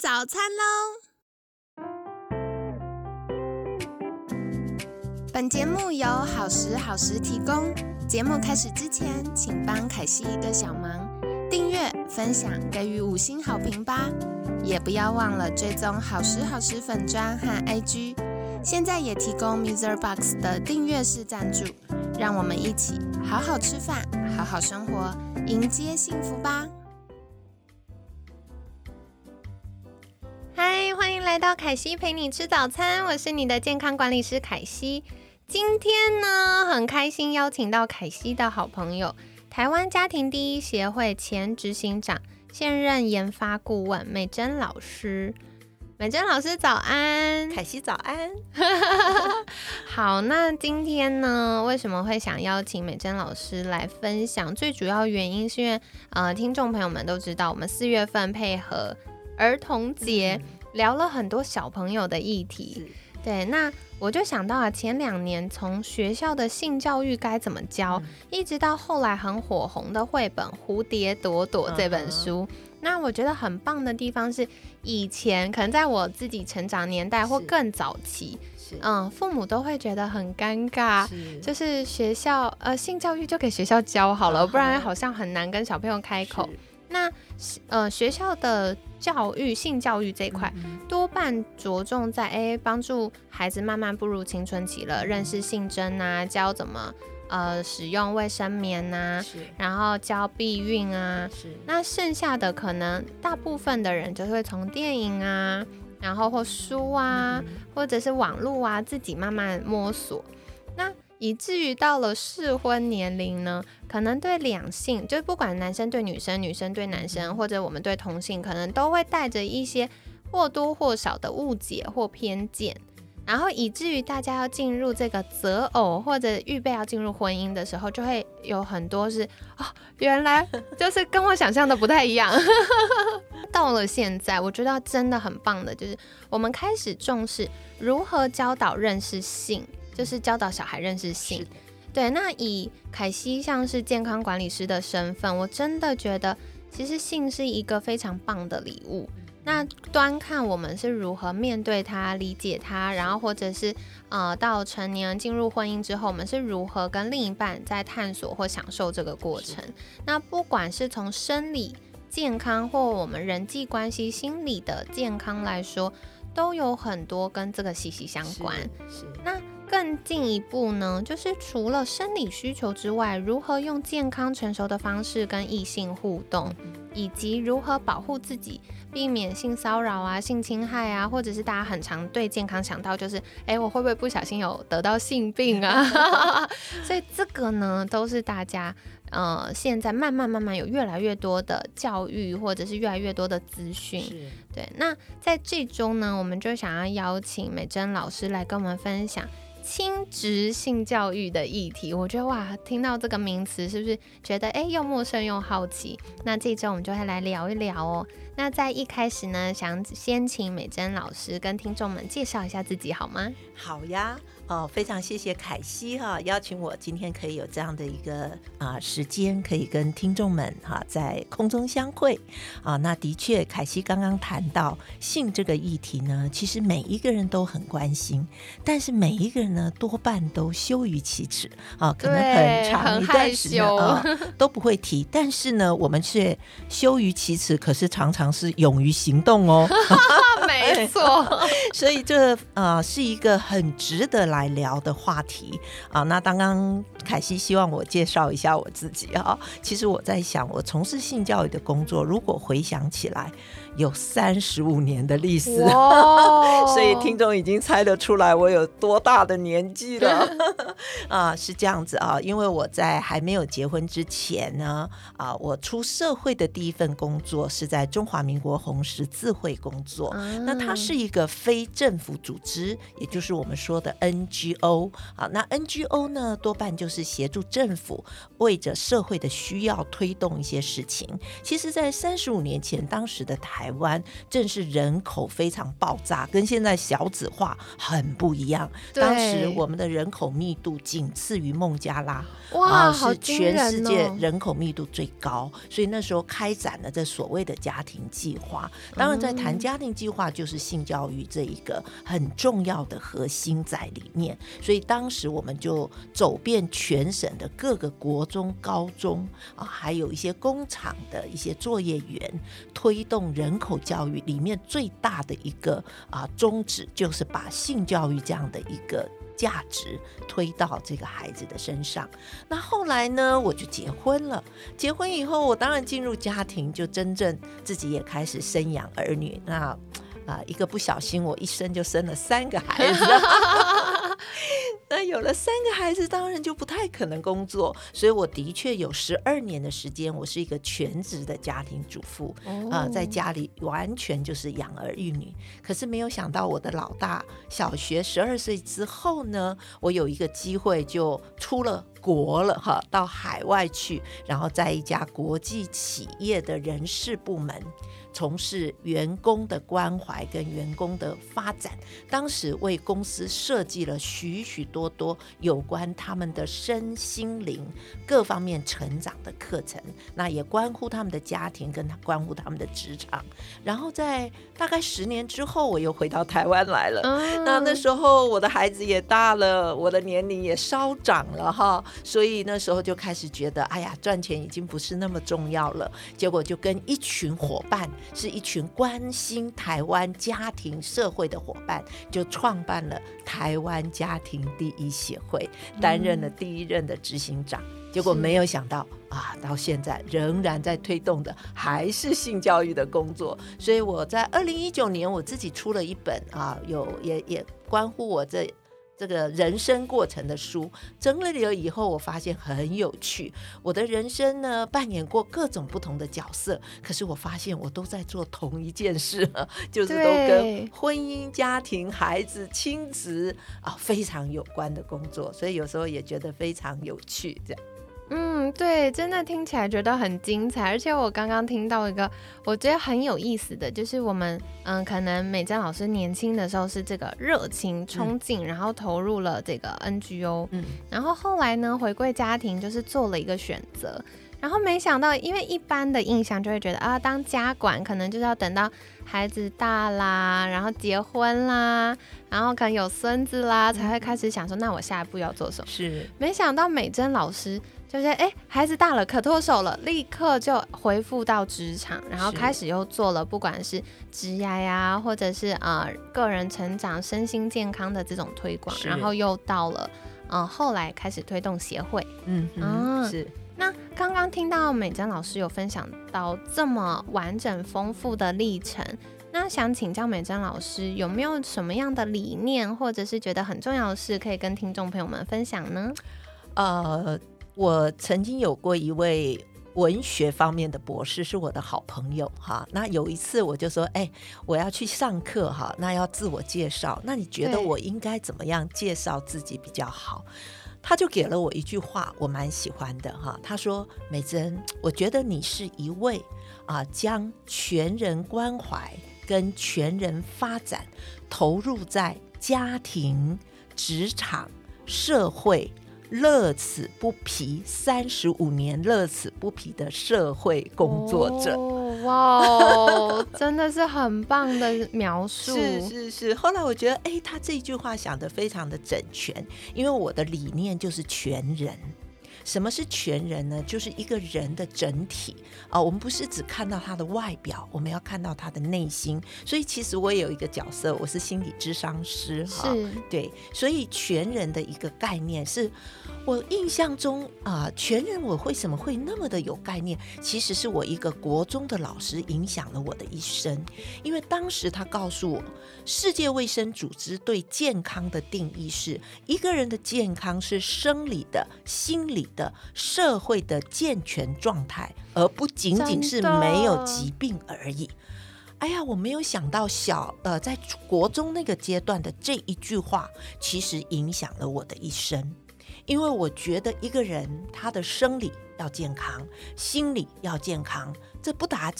早餐喽！本节目由好时好时提供。节目开始之前，请帮凯西一个小忙，订阅、分享、给予5星好评吧！也不要忘了追踪好时好时粉专和 IG。现在也提供 MixerBox 的订阅式赞助，让我们一起好好吃饭，好好生活，迎接幸福吧！嗨，欢迎来到凯西陪你吃早餐，我是你的健康管理师凯西。今天呢，很开心邀请到凯西的好朋友，台湾家庭第一协会前执行长、现任研发顾问美珍老师。美珍老师早安。 凯西早安。 好，那今天呢，为什么会想邀请美珍老师来分享？最主要原因是因为听众朋友们都知道，我们4月份配合儿童节，聊了很多小朋友的议题。对，那我就想到前2年从学校的性教育该怎么教，一直到后来很火红的绘本《蝴蝶朵朵》这本书。那我觉得很棒的地方是，以前可能在我自己成长年代或更早期，父母都会觉得很尴尬，就是学校性教育就给学校教好了，不然好像很难跟小朋友开口。那学校的教育性教育这一块，多半着重在帮助孩子慢慢步入青春期了，认识性征啊，教怎么使用卫生棉啊，然后教避孕啊。那剩下的可能大部分的人就会从电影啊，然后或书啊，或者是网络啊，自己慢慢摸索。那以至于到了适婚年龄呢，可能对两性，就不管男生对女生、女生对男生，或者我们对同性，可能都会带着一些或多或少的误解或偏见，然后以至于大家要进入这个择偶或者预备要进入婚姻的时候，就会有很多是原来就是跟我想象的不太一样。到了现在，我觉得真的很棒的，就是我们开始重视如何教导认识性。就是教导小孩认识性。对，那以凯西像是健康管理师的身份，我真的觉得其实性是一个非常棒的礼物。那端看我们是如何面对它、理解它，然后或者是到成年进入婚姻之后，我们是如何跟另一半在探索或享受这个过程。那不管是从生理健康或我们人际关系、心理的健康来说，都有很多跟这个息息相关。那更进一步呢，就是除了生理需求之外，如何用健康成熟的方式跟异性互动，以及如何保护自己，避免性骚扰啊、性侵害啊，或者是大家很常对健康想到就是我会不会不小心有得到性病啊？所以这个呢，都是大家现在慢慢有越来越多的教育，或者是越来越多的资讯。对，那在这周呢，我们就想要邀请美珍老师来跟我们分享亲职性教育的议题。我觉得哇，听到这个名词是不是觉得又陌生又好奇？那这周我们就会来聊一聊哦。那在一开始呢，想先请美珍老师跟听众们介绍一下自己好吗？ 好呀，非常谢谢凯西邀请我今天可以有这样的一个时间，可以跟听众们在空中相会那的确，凯西刚刚谈到性这个议题呢，其实每一个人都很关心，但是每一个人呢，多半都羞于启齿可能很长一段时间都不会提，但是呢，我们却羞于启齿，可是常常是勇于行动哦。 没错。 所以这是一个很值得来聊的话题那刚刚凯西希望我介绍一下我自己其实我在想，我从事性教育的工作，如果回想起来有35年的历史所以听众已经猜得出来我有多大的年纪了是这样子因为我在还没有结婚之前呢我出社会的第一份工作是在中华民国红十字会工作那它是一个非政府组织，也就是我们说的 NGO 那 NGO 呢，多半就是协助政府为着社会的需要推动一些事情。其实在35年前，当时的台台湾正是人口非常爆炸，跟现在少子化很不一样。当时我们的人口密度仅次于孟加拉， 哇， 是全世界人口密度最高，所以那时候开展了这所谓的家庭计划。当然在谈家庭计划，就是性教育这一个很重要的核心在里面，所以当时我们就走遍全省的各个国中高中还有一些工厂的一些作业员，推动人口教育里面最大的一个宗旨，就是把性教育这样的一个价值推到这个孩子的身上。那后来呢，我就结婚了。结婚以后，我当然进入家庭，就真正自己也开始生养儿女。那一个不小心，我一生就生了3个孩子。那有了3个孩子，当然就不太可能工作，所以我的确有12年的时间，我是一个全职的家庭主妇，在家里完全就是养儿育女。可是没有想到，我的老大小学12岁之后呢，我有一个机会就出了国了到海外去，然后在一家国际企业的人事部门从事员工的关怀跟员工的发展。当时为公司设计了许许多多有关他们的身心灵各方面成长的课程，那也关乎他们的家庭跟关乎他们的职场。然后在大概10年之后，我又回到台湾来了。那时候我的孩子也大了，我的年龄也稍长了所以那时候就开始觉得，哎呀，赚钱已经不是那么重要了。结果就跟一群伙伴，是一群关心台湾家庭社会的伙伴，就创办了台湾家庭第一协会，担任了第1任的执行长。结果没有想到到现在仍然在推动的还是性教育的工作。所以我在2019年我自己出了一本也关乎我这个人生过程的书，整理了以后，我发现很有趣。我的人生呢，扮演过各种不同的角色，可是我发现我都在做同一件事，就是都跟婚姻、家庭、孩子、亲子非常有关的工作，所以有时候也觉得非常有趣，这样。 对，真的听起来觉得很精彩。而且我刚刚听到一个我觉得很有意思的，就是我们可能美珍老师年轻的时候是这个热情冲劲，然后投入了这个 NGO，然后后来呢回归家庭，就是做了一个选择。然后没想到，因为一般的印象就会觉得当家管可能就是要等到孩子大啦，然后结婚啦，然后可能有孙子啦，才会开始想说，那我下一步要做什么？是，没想到美珍老师就是孩子大了可脱手了，立刻就恢复到职场，然后开始又做了不管是职涯呀，或者是个人成长、身心健康的这种推广，然后又到了后来开始推动协会。是。那刚刚听到美珍老师有分享到这么完整丰富的历程，那想请教美珍老师，有没有什么样的理念，或者是觉得很重要的事，可以跟听众朋友们分享呢？ 我曾经有过一位文学方面的博士，是我的好朋友那有一次我就说，我要去上课那要自我介绍，那你觉得我应该怎么样介绍自己比较好？他就给了我一句话，我蛮喜欢的他说，美珍，我觉得你是一位将全人关怀跟全人发展投入在家庭、职场、社会乐此不疲35年乐此不疲的社会工作者。 哇，真的是很棒的描述。 是。后来我觉得他这句话想得非常的整全，因为我的理念就是全人。什么是全人呢？就是一个人的整体我们不是只看到他的外表，我们要看到他的内心。所以其实我也有一个角色，我是心理咨商师对，所以全人的一个概念是我印象中全人我为什么会那么的有概念，其实是我一个国中的老师影响了我的一生。因为当时他告诉我，世界卫生组织对健康的定义是，一个人的健康是生理的、心理的、社会的健全状态，而不仅仅是没有疾病而已。我没有想到在国中那个阶段的这一句话，其实影响了我的一生。因为我觉得一个人他的生理要健康，心理要健康，这不打紧，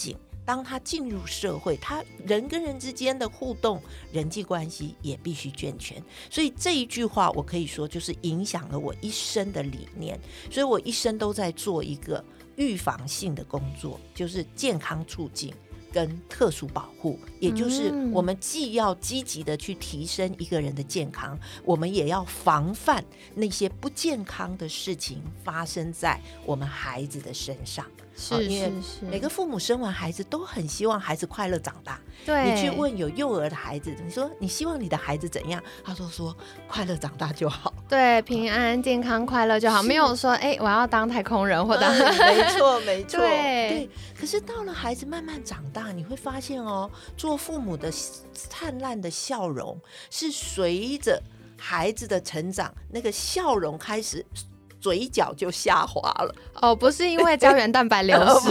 当他进入社会，他人跟人之间的互动人际关系也必须健全。所以这一句话我可以说就是影响了我一生的理念，所以我一生都在做一个预防性的工作，就是健康促进跟特殊保护，也就是我们既要积极的去提升一个人的健康，我们也要防范那些不健康的事情发生在我们孩子的身上。因为每个父母生完孩子都很希望孩子快乐长大。 对， 你去问有幼儿的孩子，你说你希望你的孩子怎样，他说快乐长大就好， 对，平安健康快乐就好，没有说我要当太空人或者没错没错， 对。 可是到了孩子慢慢长大，你会发现做父母的灿烂的笑容是随着孩子的成长，那个笑容开始嘴角就下滑了。 不是因为胶原蛋白流失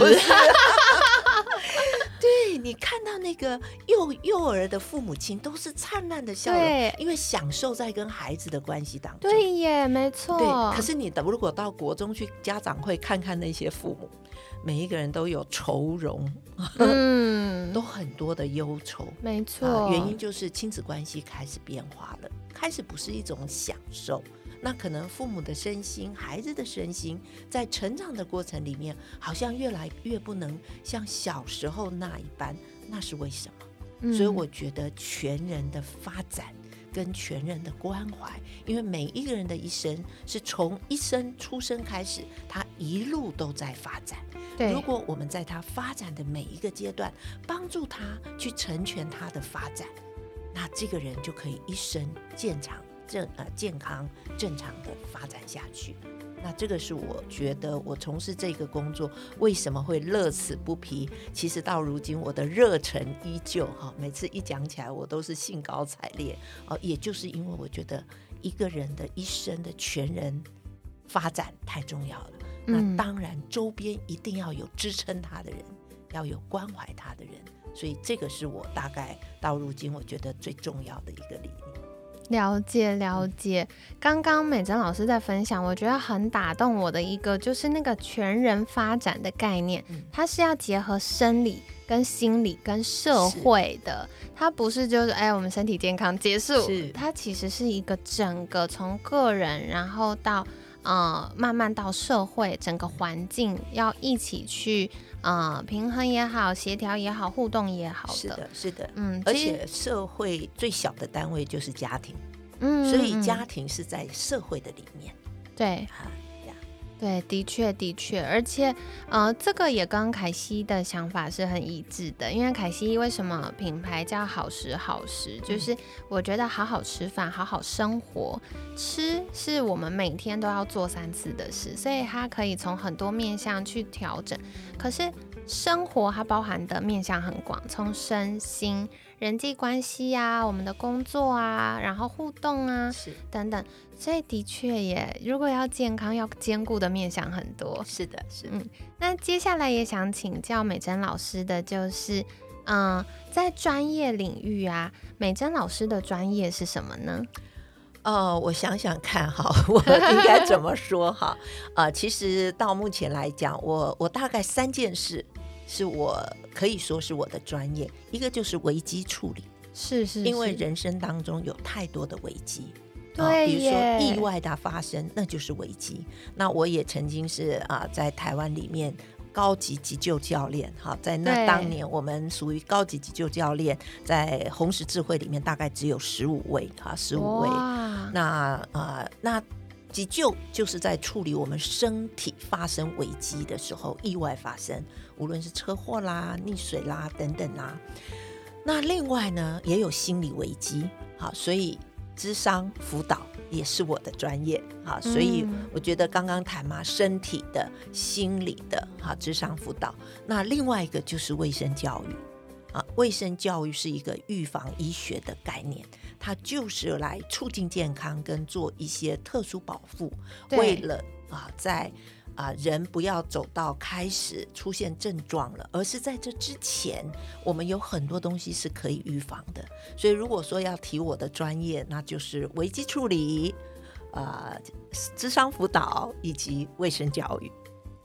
对，你看到那个幼儿的父母亲都是灿烂的笑容，因为享受在跟孩子的关系当中。 对耶，没错。 对，可是你如果到国中去家长会看看那些父母，每一个人都有愁容，都很多的忧愁。 没错， 原因就是亲子关系开始变化了，开始不是一种享受。那可能父母的身心，孩子的身心，在成长的过程里面，好像越来越不能像小时候那一般，那是为什么？所以我觉得全人的发展跟全人的关怀，因为每一个人的一生是从一生出生开始，他一路都在发展。如果我们在他发展的每一个阶段，帮助他去成全他的发展，那这个人就可以一生健康正常的发展下去。那这个是我觉得我从事这个工作为什么会乐此不疲。其实到如今我的热忱依旧，每次一讲起来我都是兴高采烈，也就是因为我觉得一个人的一生的全人发展太重要了。那当然周边一定要有支撑他的人，要有关怀他的人，所以这个是我大概到如今我觉得最重要的一个理念。 了解。刚刚美珍老师在分享，我觉得很打动我的一个就是那个全人发展的概念，它是要结合生理跟心理跟社会的，它不是就是我们身体健康结束，它其实是一个整个从个人然后到慢慢到社会整个环境要一起去平衡也好，协调也好，互动也好的。 是的，而且社会最小的单位就是家庭，所以家庭是在社会的里面。 对，的确，而且这个也跟凯西的想法是很一致的。因为凯西为什么品牌叫好食好食，就是我觉得好好吃饭，好好生活，吃是我们每天都要做3次的事，所以它可以从很多面向去调整。可是生活它包含的面向很广，从身心、人际关系啊，我们的工作啊，然后互动啊等等，所以的确也如果要健康要兼顾的面向很多。 是的。 那接下来也想请教美珍老师的就是在专业领域啊，美珍老师的专业是什么呢？ 我想想看我应该怎么说其实到目前来讲，我大概3件事是我可以说是我的专业。一个就是危机处理，是因为人生当中有太多的危机，比如说意外的发生，那就是危机。那我也曾经是在台湾里面高级急救教练，在那当年我们属于高级急救教练，在红十字会里面大概只有15位，15位。那急救就是在处理我们身体发生危机的时候，意外发生，无论是车祸啦、溺水啦等等啦。那另外呢，也有心理危机，所以諮商辅导也是我的专业，所以我觉得刚刚谈嘛，身体的、心理的諮商辅导。那另外一个就是卫生教育，卫生教育是一个预防医学的概念，它就是来促进健康跟做一些特殊保护，为了在人不要走到开始出现症状了，而是在这之前我们有很多东西是可以预防的。所以如果说要提我的专业，那就是危机处理、諮商辅导以及卫生教育。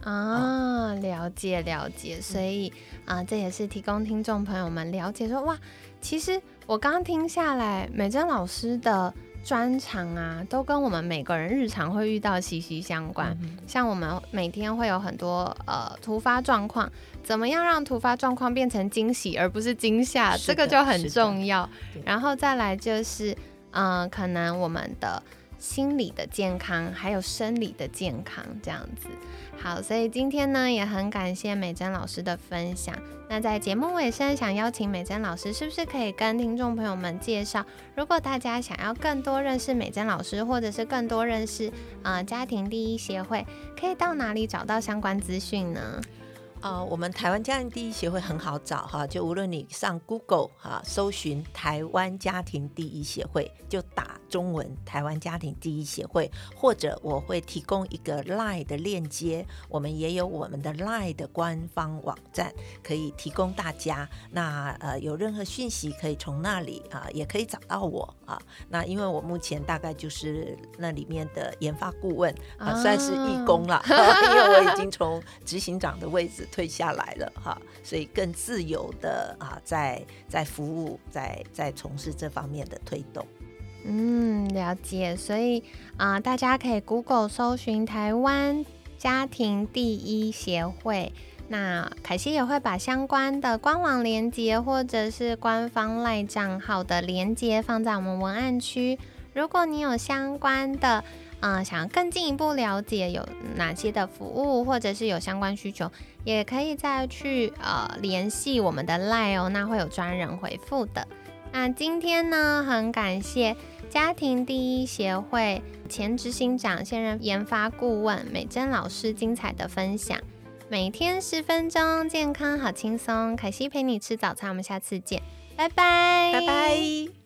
了解了解，所以这也是提供听众朋友们了解说，哇，其实我刚刚听下来，美珍老师的专长都跟我们每个人日常会遇到息息相关。像我们每天会有很多突发状况，怎么样让突发状况变成惊喜而不是惊吓，这个就很重要。然后再来就是可能我们的心理的健康还有生理的健康这样子。好，所以今天呢也很感谢美珍老师的分享。那在节目尾声，想邀请美珍老师是不是可以跟听众朋友们介绍，如果大家想要更多认识美珍老师，或者是更多认识家庭第一协会，可以到哪里找到相关资讯呢？ 我们台湾家庭第一协会很好找哈，就无论你上 Google 搜寻台湾家庭第一协会，就打中文台湾家庭第一协会，或者我会提供一个 LINE 的链接，我们也有我们的 LINE 的官方网站可以提供大家。那有任何讯息可以从那里也可以找到我那因为我目前大概就是那里面的研发顾问算是义工了因为我已经从执行长的位置退下来了所以更自由的在服务，在从事这方面的推动。 了解。所以大家可以 Google 搜寻台湾家庭第一协会，那凯西也会把相关的官网连结或者是官方 LINE 账号的连结放在我们文案区。如果你有相关的想要更进一步了解有哪些的服务，或者是有相关需求，也可以再去联系我们的 LINE 那会有专人回复的。那今天呢，很感谢家庭第一协会前执行长、现任研发顾问美珍老师精彩的分享。每天10分钟，健康好轻松，凯西陪你吃早餐，我们下次见，拜拜， 拜拜。